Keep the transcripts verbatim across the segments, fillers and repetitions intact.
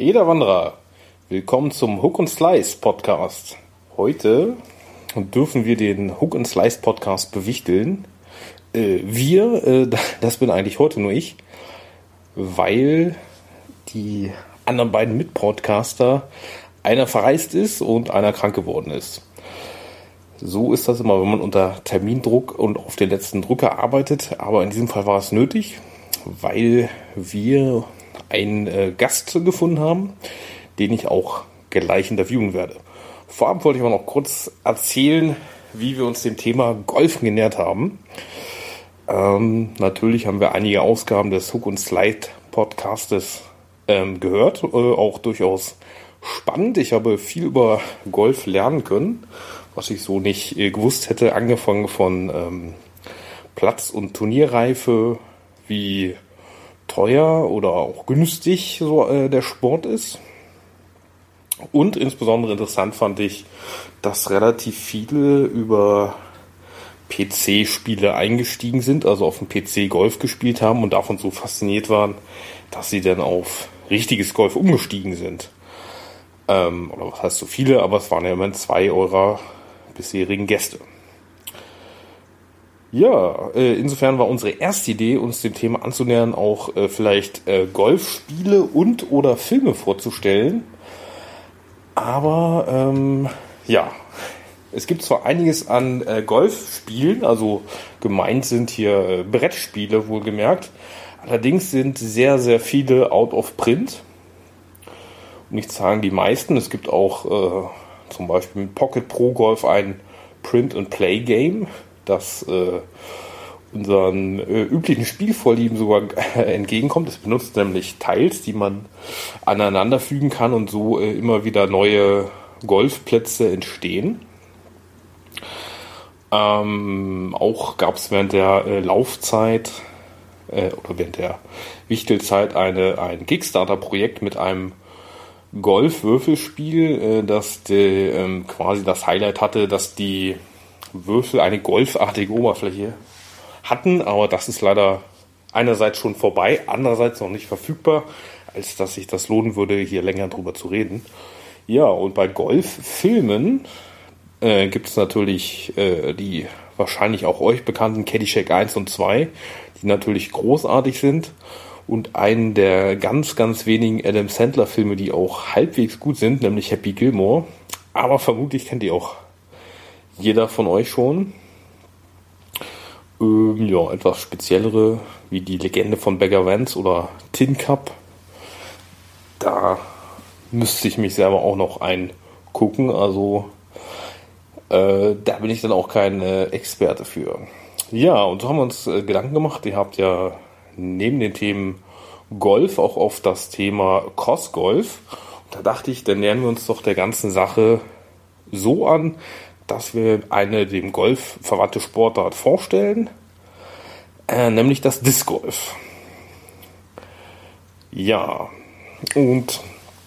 Jeder Wanderer, willkommen zum Hook and Slice Podcast. Heute dürfen wir den Hook and Slice Podcast bewichteln. Äh, wir, äh, das bin eigentlich heute nur ich, weil die anderen beiden Mitpodcaster, einer verreist ist und einer krank geworden ist. So ist das immer, wenn man unter Termindruck und auf den letzten Drücker arbeitet. Aber in diesem Fall war es nötig, weil wir einen äh, Gast gefunden haben, den ich auch gleich interviewen werde. Vorab wollte ich aber noch kurz erzählen, wie wir uns dem Thema Golfen genähert haben. Ähm, natürlich haben wir einige Ausgaben des Hook and Slide Podcastes ähm, gehört, äh, auch durchaus spannend. Ich habe viel über Golf lernen können, was ich so nicht äh, gewusst hätte, angefangen von ähm, Platz- und Turnierreife, wie teuer oder auch günstig so äh, der Sport ist. Und insbesondere interessant fand ich, dass relativ viele über P C-Spiele eingestiegen sind, also auf dem P C Golf gespielt haben und davon so fasziniert waren, dass sie dann auf richtiges Golf umgestiegen sind. Ähm, oder was heißt so viele, aber es waren ja immerhin zwei eurer bisherigen Gäste. Ja, äh, insofern war unsere erste Idee, uns dem Thema anzunähern, auch äh, vielleicht äh, Golfspiele und oder Filme vorzustellen. Aber ähm, ja, es gibt zwar einiges an äh, Golfspielen, also gemeint sind hier äh, Brettspiele wohlgemerkt, allerdings sind sehr, sehr viele out of print. Um nicht zu sagen die meisten, es gibt auch äh, zum Beispiel mit Pocket Pro Golf ein Print-and-Play-Game, das äh, unseren äh, üblichen Spielvorlieben sogar äh, entgegenkommt. Es benutzt nämlich Tiles, die man aneinander fügen kann und so äh, immer wieder neue Golfplätze entstehen. Ähm, auch gab es während der äh, Laufzeit äh, oder während der Wichtelzeit eine, ein Kickstarter-Projekt mit einem Golf-Würfelspiel, äh, das die, ähm, quasi das Highlight hatte, dass die Würfel eine golfartige Oberfläche hatten, aber das ist leider einerseits schon vorbei, andererseits noch nicht verfügbar, als dass sich das lohnen würde, hier länger drüber zu reden. Ja, und bei Golffilmen äh, gibt es natürlich äh, die wahrscheinlich auch euch bekannten Caddyshack eins und zwei, die natürlich großartig sind, und einen der ganz, ganz wenigen Adam Sandler Filme, die auch halbwegs gut sind, nämlich Happy Gilmore, aber vermutlich kennt ihr auch jeder von euch schon. Ähm, ja, etwas speziellere, wie die Legende von Bagger Vance oder Tin Cup. Da müsste ich mich selber auch noch eingucken, also äh, da bin ich dann auch kein äh, Experte für. Ja, und so haben wir uns äh, Gedanken gemacht. Ihr habt ja neben den Themen Golf auch auf das Thema Cross-Golf. Und da dachte ich, dann nähern wir uns doch der ganzen Sache so an, dass wir eine dem Golf verwandte Sportart vorstellen, äh, nämlich das Disc Golf. Ja, und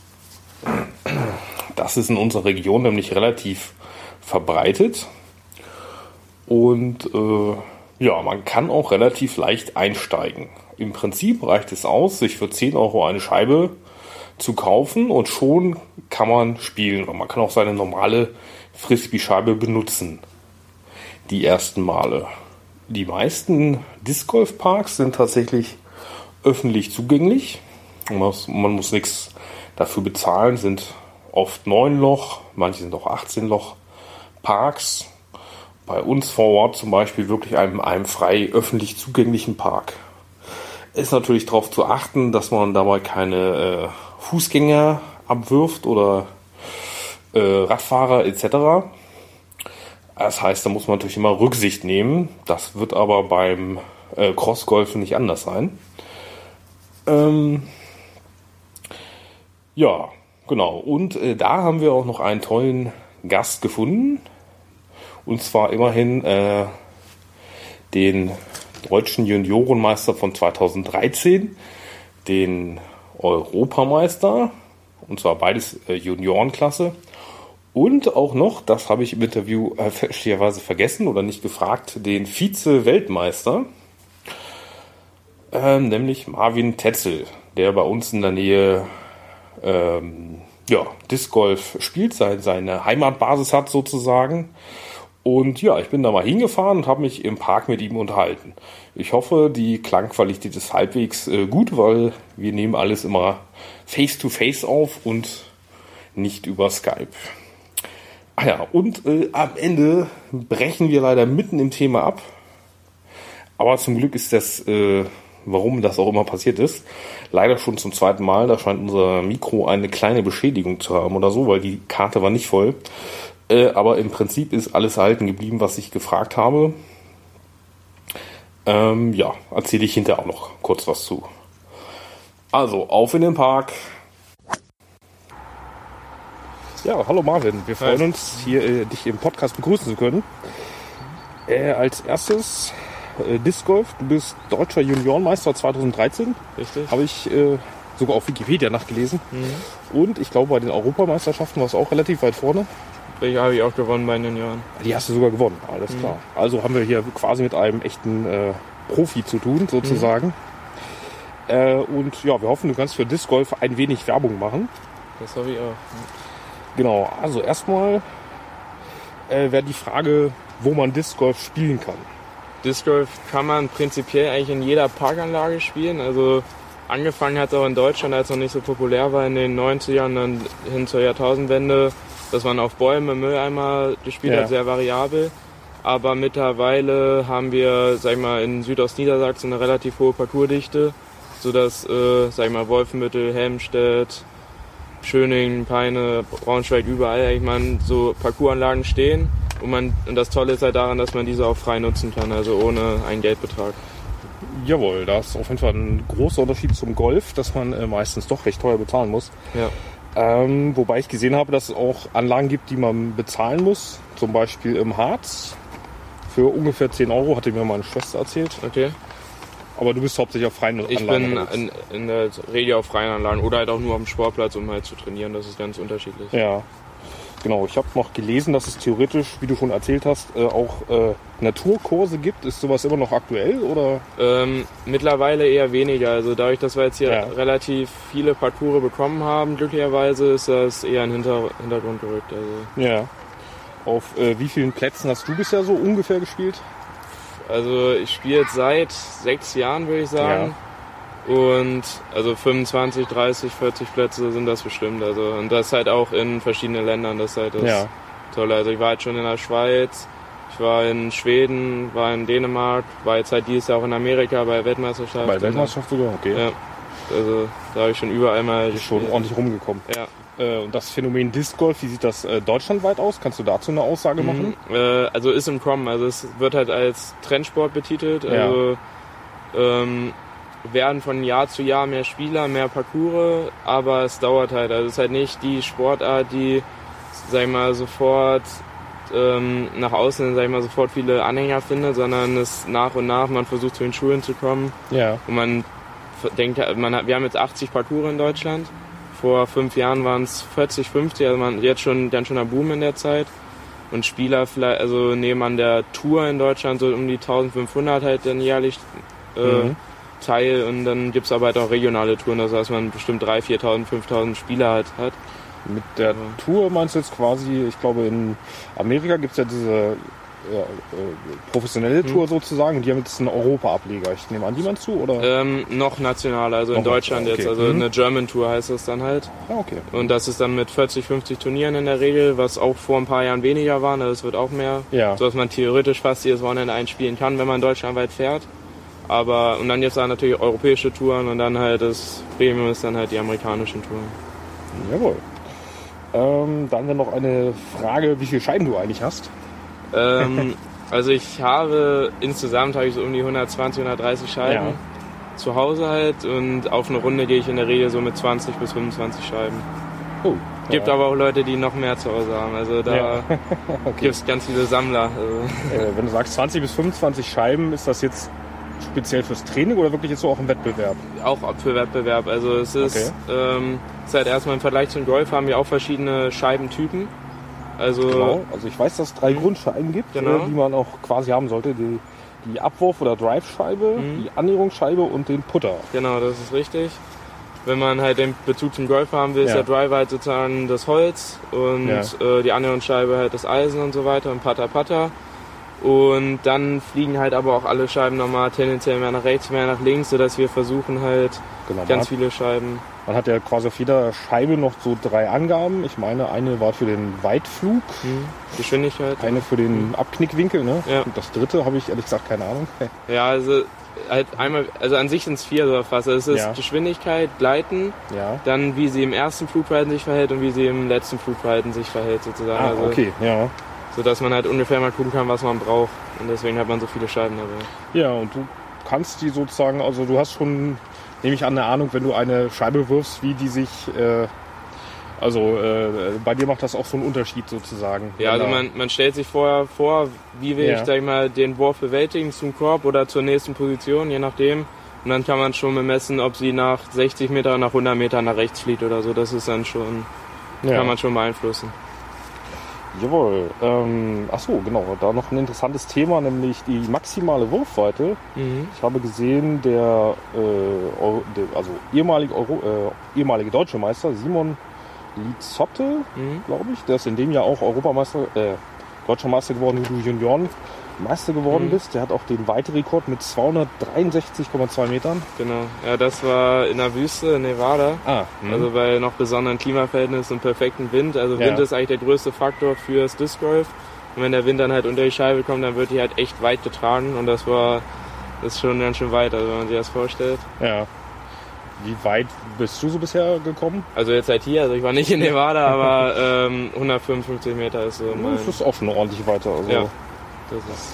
das ist in unserer Region nämlich relativ verbreitet und äh, ja, man kann auch relativ leicht einsteigen. Im Prinzip reicht es aus, sich für zehn Euro eine Scheibe zu kaufen und schon kann man spielen. Und man kann auch seine normale Frisbee-Scheibe benutzen. Die ersten Male. Die meisten Disc-Golf-Parks sind tatsächlich öffentlich zugänglich. Man muss, man muss nichts dafür bezahlen, sind oft neun Loch, manche sind auch achtzehn Loch Parks. Bei uns vor Ort zum Beispiel wirklich einem, einem frei öffentlich zugänglichen Park. Ist natürlich darauf zu achten, dass man dabei keine äh, Fußgänger abwirft oder äh, Radfahrer et cetera. Das heißt, da muss man natürlich immer Rücksicht nehmen. Das wird aber beim äh, Crossgolfen nicht anders sein. Ähm, ja, genau. Und äh, da haben wir auch noch einen tollen Gast gefunden. Und zwar immerhin äh, den deutschen Juniorenmeister von zweitausenddreizehn, den Europameister, und zwar beides äh, Juniorenklasse. Und auch noch, das habe ich im Interview äh, fälschlicherweise vergessen oder nicht gefragt, den Vize-Weltmeister, äh, nämlich Marvin Tetzel, der bei uns in der Nähe ähm, ja, Disc Golf spielt, seine, seine Heimatbasis hat sozusagen. Und ja, ich bin da mal hingefahren und habe mich im Park mit ihm unterhalten. Ich hoffe, die Klangqualität ist halbwegs äh, gut, weil wir nehmen alles immer face-to-face auf und nicht über Skype. Ah ja, und äh, am Ende brechen wir leider mitten im Thema ab. Aber zum Glück ist das, äh, warum das auch immer passiert ist, leider schon zum zweiten Mal. Da scheint unser Mikro eine kleine Beschädigung zu haben oder so, weil die Karte war nicht voll. Äh, aber im Prinzip ist alles erhalten geblieben, was ich gefragt habe. Ähm, ja, erzähle ich hinterher auch noch kurz was zu. Also, auf in den Park. Ja, hallo Marvin. Wir freuen Hi. uns, hier äh, dich im Podcast begrüßen zu können. Äh, als erstes äh, Disc Golf. Du bist deutscher Juniorenmeister zweitausenddreizehn. Richtig. Habe ich äh, sogar auf Wikipedia nachgelesen. Mhm. Und ich glaube, bei den Europameisterschaften warst du auch relativ weit vorne. Ich habe ich auch gewonnen bei den Junioren. Die hast du sogar gewonnen, alles Mhm. klar. Also haben wir hier quasi mit einem echten äh, Profi zu tun, sozusagen. Mhm. Äh, und ja, wir hoffen, du kannst für Disc Golf ein wenig Werbung machen. Das habe ich auch. Genau, also erstmal äh, wäre die Frage, wo man Disc Golf spielen kann. Disc Golf kann man prinzipiell eigentlich in jeder Parkanlage spielen. Also angefangen hat es auch in Deutschland, als es noch nicht so populär war in den neunzigern, dann hin zur Jahrtausendwende, dass man auf Bäume, Mülleimer gespielt Ja. hat, sehr variabel. Aber mittlerweile haben wir, sag ich mal, in Südostniedersachsen eine relativ hohe Parcoursdichte, sodass, äh, sag ich mal, Wolfenbüttel, Helmstedt, Schöningen, Peine, Braunschweig, überall, ich meine, so Parcoursanlagen stehen. Und, man, und das Tolle ist halt daran, dass man diese auch frei nutzen kann, also ohne einen Geldbetrag. Jawohl, da ist auf jeden Fall ein großer Unterschied zum Golf, dass man äh, meistens doch recht teuer bezahlen muss. Ja. Ähm, wobei ich gesehen habe, dass es auch Anlagen gibt, die man bezahlen muss. Zum Beispiel im Harz. Für ungefähr zehn Euro, hatte mir meine Schwester erzählt. Okay. Aber du bist hauptsächlich auf freien Ich Anlagen. bin unterwegs. in, in der Regel auf freien Anlagen oder halt auch nur am Sportplatz, um halt zu trainieren. Das ist ganz unterschiedlich. Ja, genau. Ich habe noch gelesen, dass es theoretisch, wie du schon erzählt hast, äh, auch äh, Naturkurse gibt. Ist sowas immer noch aktuell? Oder? Ähm, mittlerweile eher weniger. Also dadurch, dass wir jetzt hier Ja. relativ viele Parcours bekommen haben, glücklicherweise ist das eher in den Hinter Hintergrund gerückt. Also, Ja. Auf äh, wie vielen Plätzen hast du bisher so ungefähr gespielt? also ich spiele jetzt seit sechs Jahren, würde ich sagen. Und also fünfundzwanzig, dreißig, vierzig Plätze sind das bestimmt. Also, und das halt auch in verschiedenen Ländern. Das ist halt das Ja. Tolle. Also ich war halt schon in der Schweiz, ich war in Schweden, war in Dänemark, war jetzt halt dieses Jahr auch in Amerika bei Weltmeisterschaften. Bei Weltmeisterschaft sogar? Okay. Ja. Also da habe ich schon überall mal Ist schon gespielt. ordentlich rumgekommen. Ja. Äh, und das Phänomen Disc Golf, wie sieht das äh, deutschlandweit aus? Kannst du dazu eine Aussage machen? Mhm. Äh, also ist im Kommen. Also es wird halt als Trendsport betitelt. Ja. Also ähm, werden von Jahr zu Jahr mehr Spieler, mehr Parcours, aber es dauert halt. Also es ist halt nicht die Sportart, die, sag ich mal, sofort ähm, nach außen, sag ich mal, sofort viele Anhänger findet, sondern es nach und nach, man versucht zu den Schulen zu kommen Ja. und man denkt, man hat, wir haben jetzt achtzig Parcours in Deutschland. Vor fünf Jahren waren es vierzig, fünfzig, also man jetzt schon dann schon ein Boom in der Zeit. Und Spieler vielleicht, also nehmen an der Tour in Deutschland so um die eintausendfünfhundert halt dann jährlich äh, Mhm. teil. Und dann gibt es aber halt auch regionale Touren, das heißt, man bestimmt dreitausend, viertausend, fünftausend Spieler halt hat. Mit der Ja. Tour meinst du jetzt quasi, ich glaube in Amerika gibt es ja diese ja, äh, professionelle Tour Hm. sozusagen und die haben jetzt einen Europa-Ableger. Ich nehme an, die meinst du? Oder? Ähm, noch national, also Noch in Deutschland national, jetzt, okay. also Mhm. eine German Tour heißt das dann halt. Ah, okay. Und das ist dann mit vierzig, fünfzig Turnieren in der Regel, was auch vor ein paar Jahren weniger waren, also es wird auch mehr. Ja. So dass man theoretisch fast jedes Wochenende einspielen kann, wenn man deutschlandweit fährt. Aber, und dann jetzt auch natürlich europäische Touren und dann halt das Premium ist dann halt die amerikanischen Touren. Jawohl. Ähm, dann wäre noch eine Frage, wie viele Scheiben du eigentlich hast. Ähm, also ich habe, insgesamt habe ich so um die hundertzwanzig, hundertdreißig Scheiben Ja. zu Hause halt und auf eine Runde gehe ich in der Regel so mit zwanzig bis fünfundzwanzig Scheiben. Oh. Gibt ja. aber auch Leute, die noch mehr zu Hause haben, also da Ja. Okay. gibt es ganz viele Sammler. Also. Äh, wenn du sagst zwanzig bis fünfundzwanzig Scheiben, ist das jetzt speziell fürs Training oder wirklich jetzt so auch im Wettbewerb? Auch für Wettbewerb. Also es ist, ähm, es ist halt erstmal im Vergleich zum Golf haben wir auch verschiedene Scheibentypen. Also Genau. Also ich weiß, dass es drei Mhm. Grundscheiben gibt, Genau. äh, die man auch quasi haben sollte. Die, die Abwurf- oder Drive-Scheibe, Mhm. die Annäherungsscheibe und den Putter. genau, das ist richtig. wenn man halt den Bezug zum Golf haben will, ist Ja. der Driver halt sozusagen das Holz und Ja. äh, die andere Scheibe halt das Eisen und so weiter und Putter Putter. Und dann fliegen halt aber auch alle Scheiben nochmal tendenziell mehr nach rechts, mehr nach links, sodass wir versuchen halt Genau, man ganz hat, viele Scheiben. man hat ja quasi auf jeder Scheibe noch so drei Angaben. Ich meine, eine war für den Weitflug, Hm, Geschwindigkeit. eine für den Abknickwinkel, ne? Ja. Und das dritte habe ich ehrlich gesagt keine Ahnung. Ja, also halt einmal, also an sich sind es vier so fast. Also es ist Ja. Geschwindigkeit, Gleiten, Ja. dann wie sie im ersten Flugverhalten sich verhält und wie sie im letzten Flugverhalten sich verhält sozusagen. Ah, also, okay, ja. sodass man halt ungefähr mal gucken kann, was man braucht. Und deswegen hat man so viele Scheiben dabei. Ja, und du kannst die sozusagen, also du hast schon, nehme ich an, eine Ahnung, wenn du eine Scheibe wirfst, wie die sich, äh, also äh, bei dir macht das auch so einen Unterschied sozusagen. Ja, also Wenn da- man, man stellt sich vorher vor, wie will Ja. ich, sag ich mal, den Wurf bewältigen zum Korb oder zur nächsten Position, je nachdem. Und dann kann man schon bemessen, ob sie nach sechzig Metern, nach hundert Metern nach rechts fliegt oder so. Das ist dann schon, ja. kann man schon beeinflussen. Jawohl. Ähm, ach so, genau. Da noch ein interessantes Thema, nämlich die maximale Wurfweite. Mhm. Ich habe gesehen, der, äh, Euro, der also ehemalige, Euro, äh, ehemalige deutsche Meister Simon Lizotte, Mhm. glaube ich, der ist in dem Jahr auch Europameister, äh, deutscher Meister geworden, wie du Junioren Meister geworden Mhm. bist. Der hat auch den Weitrekord mit zweihundertdreiundsechzig Komma zwei Metern. Genau. Ja, das war in der Wüste, in Nevada. Ah, Also bei noch besonderen Klimaverhältnissen und perfektem Wind. Also Wind Ja. ist eigentlich der größte Faktor fürs Disc Golf. Und wenn der Wind dann halt unter die Scheibe kommt, dann wird die halt echt weit getragen. Und das war, das ist schon ganz schön weit, also wenn man sich das vorstellt. ja. Wie weit bist du so bisher gekommen? Also jetzt halt hier, also ich war nicht in Nevada, aber ähm, hundertfünfundfünfzig Meter ist so mein... Das ist auch schon eine ordentliche Weite. Also. Ja. Das ist,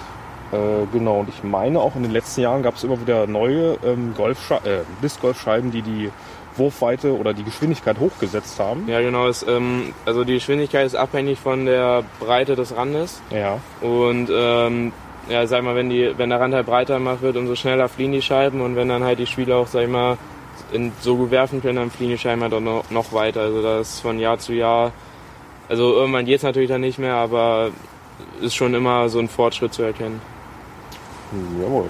Äh, genau, und ich meine auch in den letzten Jahren gab es immer wieder neue ähm, Golfsche- äh, Disc-Golfscheiben, die die Wurfweite oder die Geschwindigkeit hochgesetzt haben. ja genau, ist, ähm, also die Geschwindigkeit ist abhängig von der Breite des Randes. Ja, Und ähm, ja, sag mal, wenn die, wenn der Rand halt breiter gemacht wird, umso schneller fliegen die Scheiben und wenn dann halt die Spieler auch, sag ich mal, in, so gut werfen können, dann fliegen die Scheiben halt auch noch, noch weiter. Also das ist von Jahr zu Jahr, also irgendwann geht's natürlich dann nicht mehr, aber ist schon immer so ein Fortschritt zu erkennen. jawohl.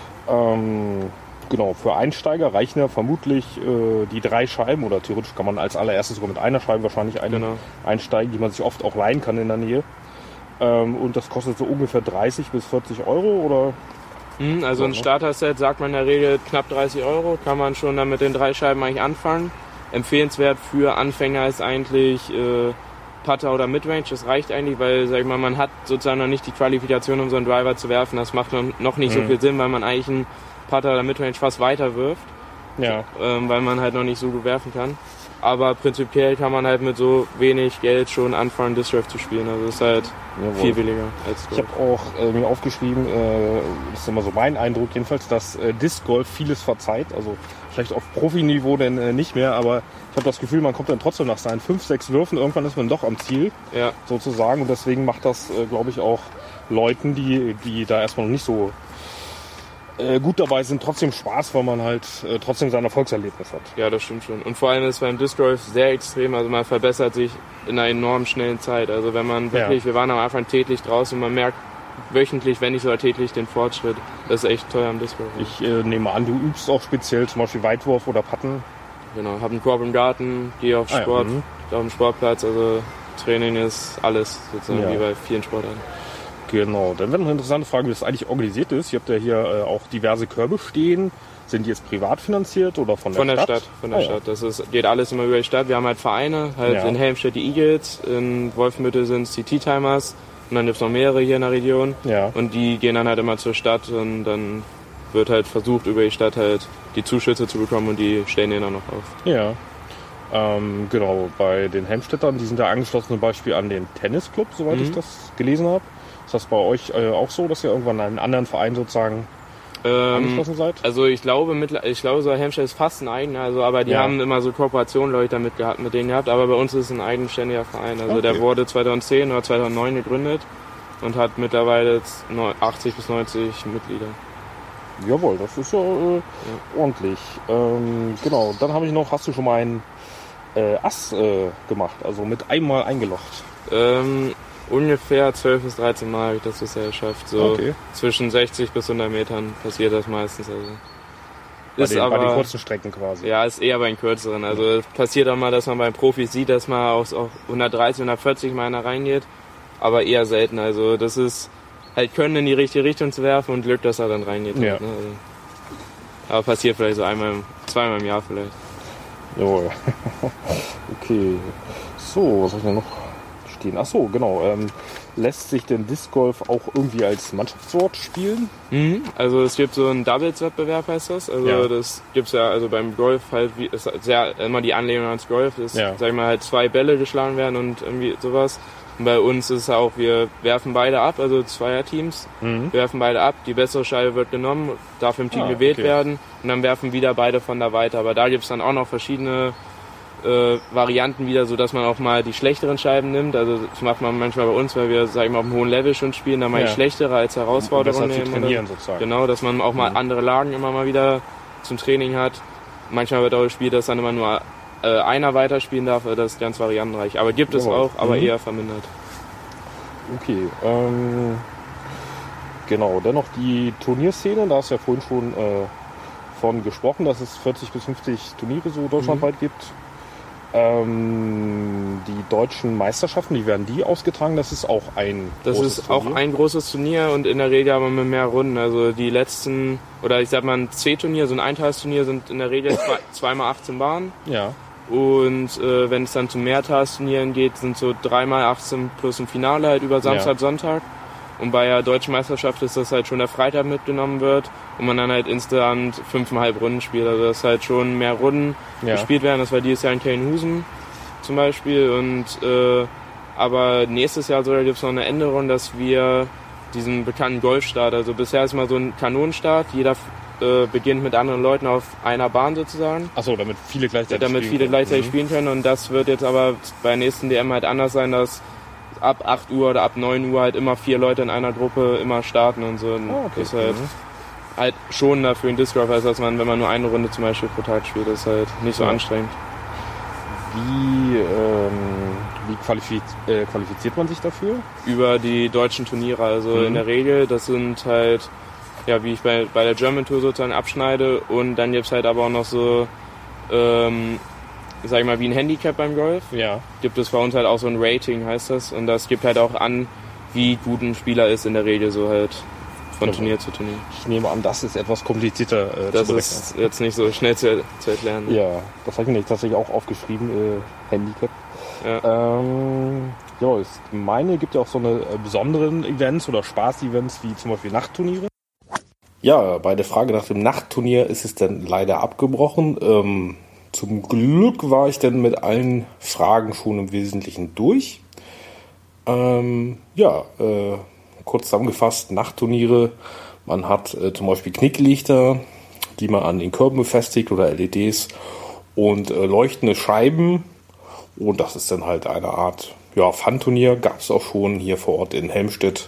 Ähm, genau, für Einsteiger reichen ja vermutlich äh, die drei Scheiben oder theoretisch kann man als allererstes sogar mit einer Scheibe wahrscheinlich eine Genau. einsteigen, die man sich oft auch leihen kann in der Nähe. Ähm, und das kostet so ungefähr dreißig bis vierzig Euro oder? Mhm, also So, ein ne? Starter-Set sagt man in der Regel knapp dreißig Euro, kann man schon dann mit den drei Scheiben eigentlich anfangen. Empfehlenswert für Anfänger ist eigentlich äh, Putter oder Midrange, das reicht eigentlich, weil sag ich mal, man hat sozusagen noch nicht die Qualifikation, um so einen Driver zu werfen. Das macht noch- noch nicht so Mhm. viel Sinn, weil man eigentlich einen Putter oder Midrange fast weiter wirft, Ja. ähm, weil man halt noch nicht so gut werfen kann. Aber prinzipiell kann man halt mit so wenig Geld schon anfangen, Disc Golf zu spielen. Also ist halt Jawohl. viel billiger als Ich Golf. habe auch äh, mir aufgeschrieben, äh, das ist immer so mein Eindruck jedenfalls, dass äh, Disc Golf vieles verzeiht. Also vielleicht auf Profiniveau denn äh, nicht mehr, aber ich habe das Gefühl, man kommt dann trotzdem nach seinen fünf, sechs Würfen, irgendwann ist man doch am Ziel Ja, sozusagen. Und deswegen macht das, äh, glaube ich, auch Leuten, die, die da erstmal noch nicht so äh, gut dabei sind, trotzdem Spaß, weil man halt äh, trotzdem sein Erfolgserlebnis hat. ja, das stimmt schon. Und vor allem ist beim Disc Golf sehr extrem, also man verbessert sich in einer enorm schnellen Zeit. Also wenn man wirklich, Ja. wir waren am Anfang täglich draußen und man merkt wöchentlich, wenn nicht sogar täglich, den Fortschritt. Das ist echt teuer am Disc Golf. Ich äh, nehme an, du übst auch speziell zum Beispiel Weitwurf oder Putten. Genau, hab einen Korb im Garten, gehe auf Ah ja, Sport, mhm. auf dem Sportplatz, also Training ist alles, sozusagen Ja. wie bei vielen Sportarten. Genau, dann wäre noch eine interessante Frage, wie das eigentlich organisiert ist. Ihr habt ja hier äh, auch diverse Körbe stehen. Sind die jetzt privat finanziert oder von der Von der Stadt? Stadt, von der Ah, ja. Stadt. Das ist, geht alles immer über die Stadt. Wir haben halt Vereine, halt Ja. in Helmstedt die Eagles, in Wolfenbüttel sind es die Tea-Timers und dann gibt es noch mehrere hier in der Region. Ja. Und die gehen dann halt immer zur Stadt und dann wird halt versucht, über die Stadt halt die Zuschüsse zu bekommen und die stellen die dann noch auf. Ja. Ähm, genau, bei den Helmstädtern, die sind ja angeschlossen zum Beispiel an den Tennisclub, soweit Mhm. ich das gelesen habe. Ist das bei euch äh, auch so, dass ihr irgendwann einen anderen Verein sozusagen Ähm, angeschlossen seid? also ich glaube, mittler- ich glaube, so Helmstedt ist fast ein eigener, also aber die Ja. haben immer so Kooperationen, glaube ich, damit gehabt, mit denen gehabt, aber bei uns ist es ein eigenständiger Verein. Also Okay. der wurde zweitausendzehn oder zweitausendneun gegründet und hat mittlerweile jetzt neu- achtzig bis neunzig Mitglieder. Jawohl, das ist ja, äh, ordentlich. Ähm, genau, dann habe ich noch, hast du schon mal einen äh, Ass äh, gemacht, also mit einmal eingelocht. Ähm, ungefähr zwölf bis dreizehn Mal habe ich das bisher geschafft. So Okay. zwischen sechzig bis hundert Metern passiert das meistens. Also. Bei, ist den, aber, bei den kurzen Strecken quasi. Ja, ist eher bei den kürzeren. Also es passiert auch mal, dass man bei den Profis sieht, dass man aus auch hundertdreißig, hundertvierzig mal einer reingeht, aber eher selten. Also das ist halt Können in die richtige Richtung zu werfen und Glück, dass er dann reingeht. Ja. Halt, ne? Also, aber passiert vielleicht so einmal, zweimal im Jahr vielleicht. Jawohl. Okay. So, was habe ich denn noch stehen? Ach so, genau. Ähm, lässt sich denn Disc Golf auch irgendwie als Mannschaftssport spielen? Mhm. Also es gibt so einen Doubles-Wettbewerb, heißt das. Also Ja. das gibt's ja also beim Golf halt, wie ist sehr immer die Anlehnung ans Golf, ist, Ja. sag ich mal, halt zwei Bälle geschlagen werden und irgendwie sowas. Und bei uns ist es auch, wir werfen beide ab, also Zweierteams, Mhm. wir werfen beide ab, die bessere Scheibe wird genommen, darf im Team Ah, gewählt okay. werden und dann werfen wieder beide von da weiter. Aber da gibt's dann auch noch verschiedene äh, Varianten wieder, so dass man auch mal die schlechteren Scheiben nimmt. Also das macht man manchmal bei uns, weil wir, sag ich mal, auf einem hohen Level schon spielen, dann mal Ja. die schlechtere als Herausforderung Um besser zu nehmen. trainieren oder, sozusagen. Genau, dass man auch mal Mhm. andere Lagen immer mal wieder zum Training hat. Manchmal wird auch gespielt, dass dann immer nur äh, einer weiterspielen darf, das ist ganz variantenreich. Aber gibt es Jawohl. auch, aber Mhm. eher vermindert. Okay. Ähm, genau, dennoch die Turnierszene, da hast du ja vorhin schon äh, von gesprochen, dass es vierzig bis fünfzig Turniere so deutschlandweit gibt. Ähm, die deutschen Meisterschaften, wie werden die ausgetragen? Das ist auch ein Das großes ist auch Turnier. ein großes Turnier und in der Regel aber mit mehr Runden. Also die letzten, oder ich sag mal ein C-Turnier, so ein Eintagesturnier sind in der Regel zwei, zweimal achtzehn Bahnen. Ja. Und äh, wenn es dann zu Mehrtagesturnieren geht, sind so dreimal achtzehn plus ein Finale halt über Samstag, Ja. Sonntag. Und bei der Deutschen Meisterschaft ist das halt schon der Freitag mitgenommen wird und man dann halt insgesamt fünfeinhalb Runden spielt. Also dass halt schon mehr Runden Ja. gespielt werden. Das war dieses Jahr in Kellenhusen zum Beispiel. Und äh, aber nächstes Jahr soll gibt es noch eine Änderung, dass wir diesen bekannten Golfstart, also bisher ist mal so ein Kanonenstart, jeder äh, beginnt mit anderen Leuten auf einer Bahn sozusagen. Achso, damit viele gleichzeitig Damit spielen viele können. gleichzeitig Mhm. spielen können und das wird jetzt aber bei der nächsten D M halt anders sein, dass ab acht Uhr oder ab neun Uhr halt immer vier Leute in einer Gruppe immer starten und so. Und Ah, okay. das ist halt, Mhm. halt schonender für den Disc Golf, als dass man, wenn man nur eine Runde zum Beispiel pro Tag spielt, das ist halt nicht so Ja. anstrengend. Wie, ähm, wie qualifiz äh, qualifiziert man sich dafür? Über die deutschen Turniere, also Mhm. in der Regel, das sind halt, ja, wie ich bei, bei der German Tour sozusagen abschneide und dann gibt's halt aber auch noch so, ähm, sag ich mal, wie ein Handicap beim Golf. Ja. Gibt es bei uns halt auch so ein Rating, heißt das. Und das gibt halt auch an, wie gut ein Spieler ist in der Regel so halt von Ja. Turnier zu Turnier. Ich nehme an, das ist etwas komplizierter äh, Das zu berechnen. ist jetzt nicht so schnell zu, zu erklären. Ja, das habe ich mir tatsächlich auch aufgeschrieben, äh, Handicap. Ja. Ähm, ja, ich meine, gibt ja auch so eine äh, besonderen Events oder Spaß-Events wie zum Beispiel Nachtturniere. Ja, bei der Frage nach dem Nachtturnier ist es dann leider abgebrochen. Ähm, zum Glück war ich dann mit allen Fragen schon im Wesentlichen durch. Ähm, ja, äh, kurz zusammengefasst, Nachtturniere. Man hat äh, zum Beispiel Knicklichter, die man an den Körben befestigt oder L E Ds und äh, leuchtende Scheiben. Und das ist dann halt eine Art ja, Fun-Turnier. Gab es auch schon hier vor Ort in Helmstedt.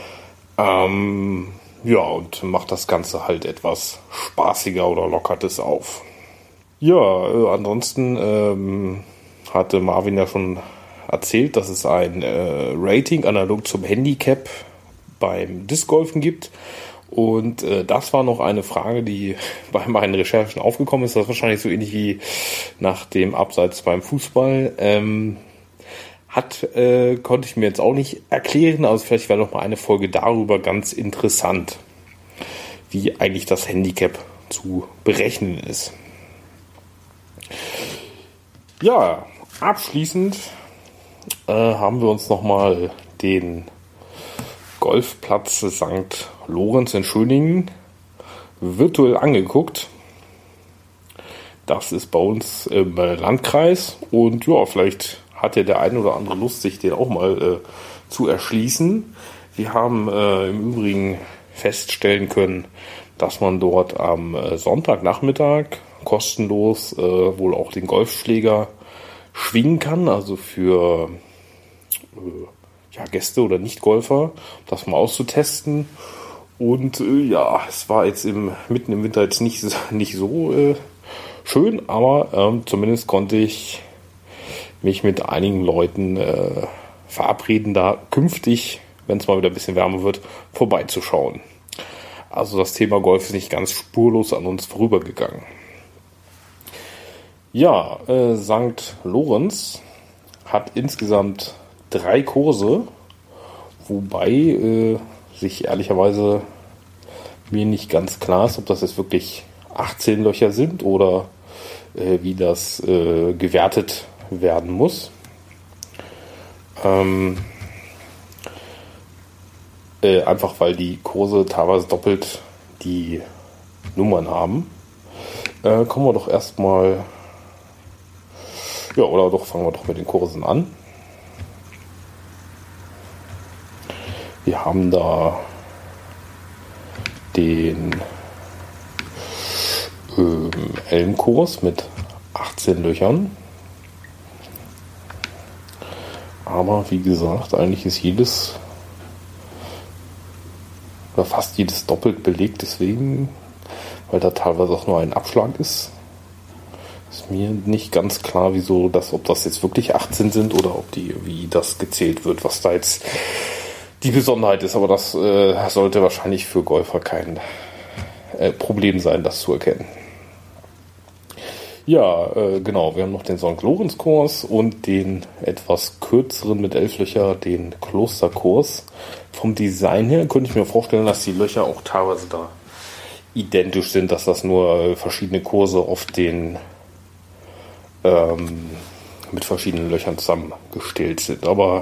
Ähm, ja, und macht das Ganze halt etwas spaßiger oder lockert es auf. Ja, äh, ansonsten ähm, hatte Marvin ja schon erzählt, dass es ein äh, Rating analog zum Handicap beim Discgolfen gibt. Und äh, das war noch eine Frage, die bei meinen Recherchen aufgekommen ist. Das ist wahrscheinlich so ähnlich wie nach dem Abseits beim Fußball. Ähm, hat, äh, konnte ich mir jetzt auch nicht erklären, also vielleicht wäre noch mal eine Folge darüber ganz interessant, wie eigentlich das Handicap zu berechnen ist. Ja, abschließend äh, haben wir uns noch mal den Golfplatz Sankt Lorenz in Schöningen virtuell angeguckt. Das ist bei uns im Landkreis und ja, vielleicht hat ja der eine oder andere Lust, sich den auch mal äh, zu erschließen. Wir haben äh, im Übrigen feststellen können, dass man dort am äh, Sonntagnachmittag kostenlos äh, wohl auch den Golfschläger schwingen kann, also für äh, ja, Gäste oder Nicht-Golfer, das mal auszutesten. Und äh, ja, es war jetzt im, mitten im Winter jetzt nicht, nicht so äh, schön, aber ähm, zumindest konnte ich mich mit einigen Leuten äh, verabreden, da künftig, wenn es mal wieder ein bisschen wärmer wird, vorbeizuschauen. Also das Thema Golf ist nicht ganz spurlos an uns vorübergegangen. Ja, äh, Sankt Lorenz hat insgesamt drei Kurse, wobei äh, sich ehrlicherweise mir nicht ganz klar ist, ob das jetzt wirklich achtzehn Löcher sind oder äh, wie das äh, gewertet werden muss. Ähm, äh, einfach weil die Kurse teilweise doppelt die Nummern haben. Äh, kommen wir doch erstmal, ja, oder doch fangen wir doch mit den Kursen an. Wir haben da den ähm, Elmkurs mit achtzehn Löchern. Aber wie gesagt, eigentlich ist jedes oder fast jedes doppelt belegt, deswegen, weil da teilweise auch nur ein Abschlag ist, ist mir nicht ganz klar, wieso das, ob das jetzt wirklich achtzehn sind oder ob die, wie das gezählt wird, was da jetzt die Besonderheit ist. Aber das äh, sollte wahrscheinlich für Golfer kein äh, Problem sein, das zu erkennen. Ja, äh, genau, wir haben noch den Sankt Lorenz Kurs und den etwas kürzeren mit elf Löcher, den Klosterkurs. Vom Design her könnte ich mir vorstellen, dass die Löcher auch teilweise da identisch sind, dass das nur äh, verschiedene Kurse auf den ähm, mit verschiedenen Löchern zusammengestellt sind. Aber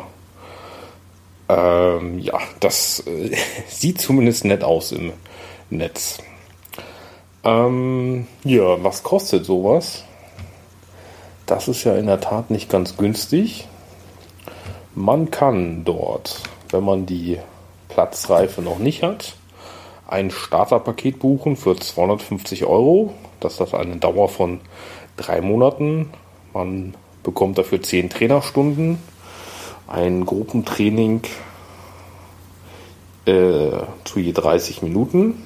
ähm, ja, das äh, sieht zumindest nett aus im Netz. Ähm, ja, was kostet sowas? Das ist ja in der Tat nicht ganz günstig. Man kann dort, wenn man die Platzreife noch nicht hat, ein Starterpaket buchen für zweihundertfünfzig Euro. Das hat eine Dauer von drei Monaten. Man bekommt dafür zehn Trainerstunden, ein Gruppentraining äh, zu je dreißig Minuten.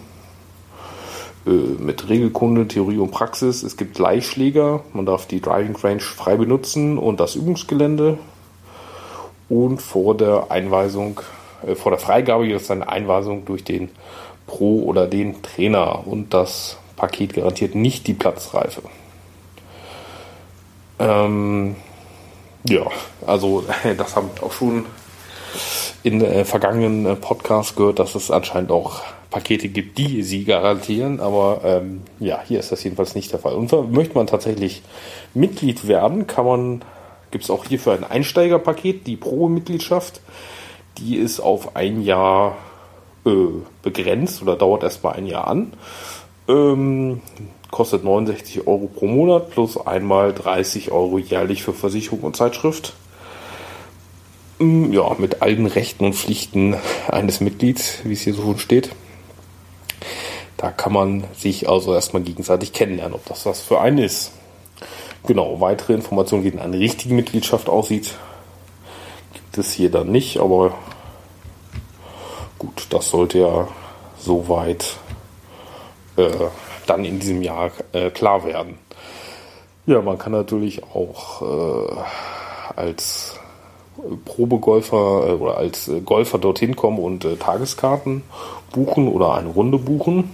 Mit Regelkunde, Theorie und Praxis. Es gibt Leihschläger, man darf die Driving Range frei benutzen und das Übungsgelände. Und vor der Einweisung, äh, vor der Freigabe gibt es eine Einweisung durch den Pro oder den Trainer. Und das Paket garantiert nicht die Platzreife. Ähm, ja, also das haben wir auch schon in äh, vergangenen äh, Podcasts gehört, dass es anscheinend auch Pakete gibt, die sie garantieren, aber ähm, ja, hier ist das jedenfalls nicht der Fall. Und möchte man tatsächlich Mitglied werden, kann man, gibt es auch hierfür ein Einsteigerpaket, die Pro-Mitgliedschaft, die ist auf ein Jahr äh, begrenzt oder dauert erstmal ein Jahr an, ähm, kostet neunundsechzig Euro pro Monat plus einmal dreißig Euro jährlich für Versicherung und Zeitschrift. Ja, mit allen Rechten und Pflichten eines Mitglieds, wie es hier so schon steht. Da kann man sich also erstmal gegenseitig kennenlernen, ob das was für einen ist. Genau, weitere Informationen, wie denn eine richtige Mitgliedschaft aussieht, gibt es hier dann nicht, aber gut, das sollte ja soweit äh, dann in diesem Jahr äh, klar werden. Ja, man kann natürlich auch äh, als Probegolfer äh, oder als äh, Golfer dorthin kommen und äh, Tageskarten buchen oder eine Runde buchen.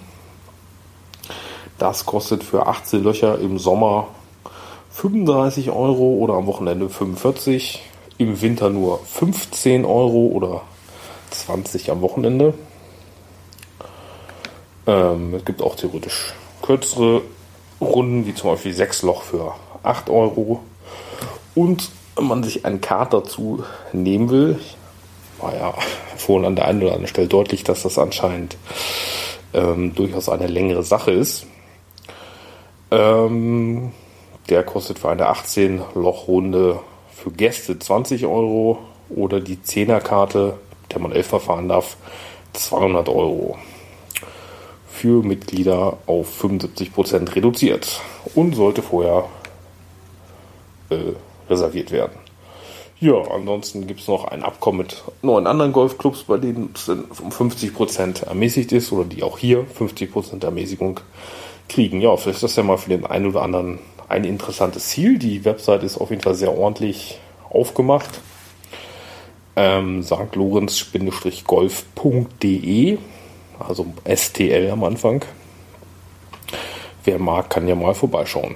Das kostet für achtzehn Löcher im Sommer fünfunddreißig Euro oder am Wochenende fünfundvierzig, im Winter nur fünfzehn Euro oder zwanzig am Wochenende. Ähm, es gibt auch theoretisch kürzere Runden, wie zum Beispiel sechs Loch für acht Euro. Und wenn man sich einen Kart dazu nehmen will, war ja vorhin an der einen oder anderen Stelle deutlich, dass das anscheinend ähm, durchaus eine längere Sache ist. Ähm, der kostet für eine achtzehn Loch Runde für Gäste zwanzig Euro oder die Zehner-Karte, mit der man elf fahren darf, zweihundert Euro. Für Mitglieder auf fünfundsiebzig Prozent reduziert und sollte vorher äh, reserviert werden. Ja, ansonsten gibt es noch ein Abkommen mit neun anderen Golfclubs, bei denen es um fünfzig Prozent ermäßigt ist oder die auch hier fünfzig Prozent Ermäßigung kriegen. Ja, vielleicht ist das ja mal für den einen oder anderen ein interessantes Ziel. Die Website ist auf jeden Fall sehr ordentlich aufgemacht. Ähm, Sankt Lorenz Golf punkt de also S T L am Anfang. Wer mag, kann ja mal vorbeischauen.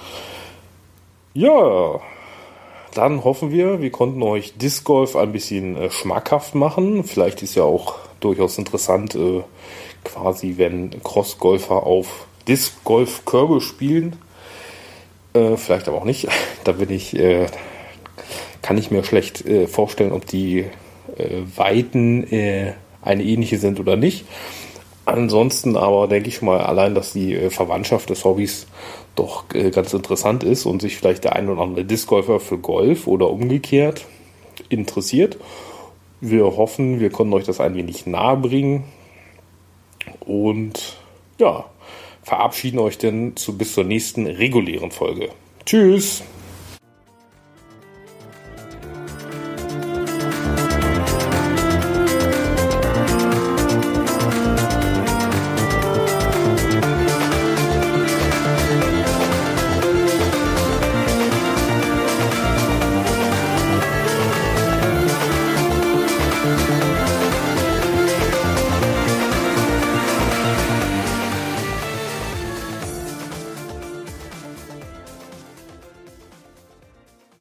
Ja, dann hoffen wir, wir konnten euch Disc Golf ein bisschen äh, schmackhaft machen. Vielleicht ist ja auch durchaus interessant, äh, quasi wenn Cross-Golfer auf Disc Golf Körbe spielen. Äh, vielleicht aber auch nicht. Da bin ich, äh, kann ich mir schlecht äh, vorstellen, ob die äh, Weiten äh, eine ähnliche sind oder nicht. Ansonsten aber denke ich schon mal allein, dass die äh, Verwandtschaft des Hobbys doch äh, ganz interessant ist und sich vielleicht der ein oder andere Discgolfer für Golf oder umgekehrt interessiert. Wir hoffen, wir konnten euch das ein wenig nahe bringen und ja, verabschieden euch denn zu, bis zur nächsten regulären Folge. Tschüss!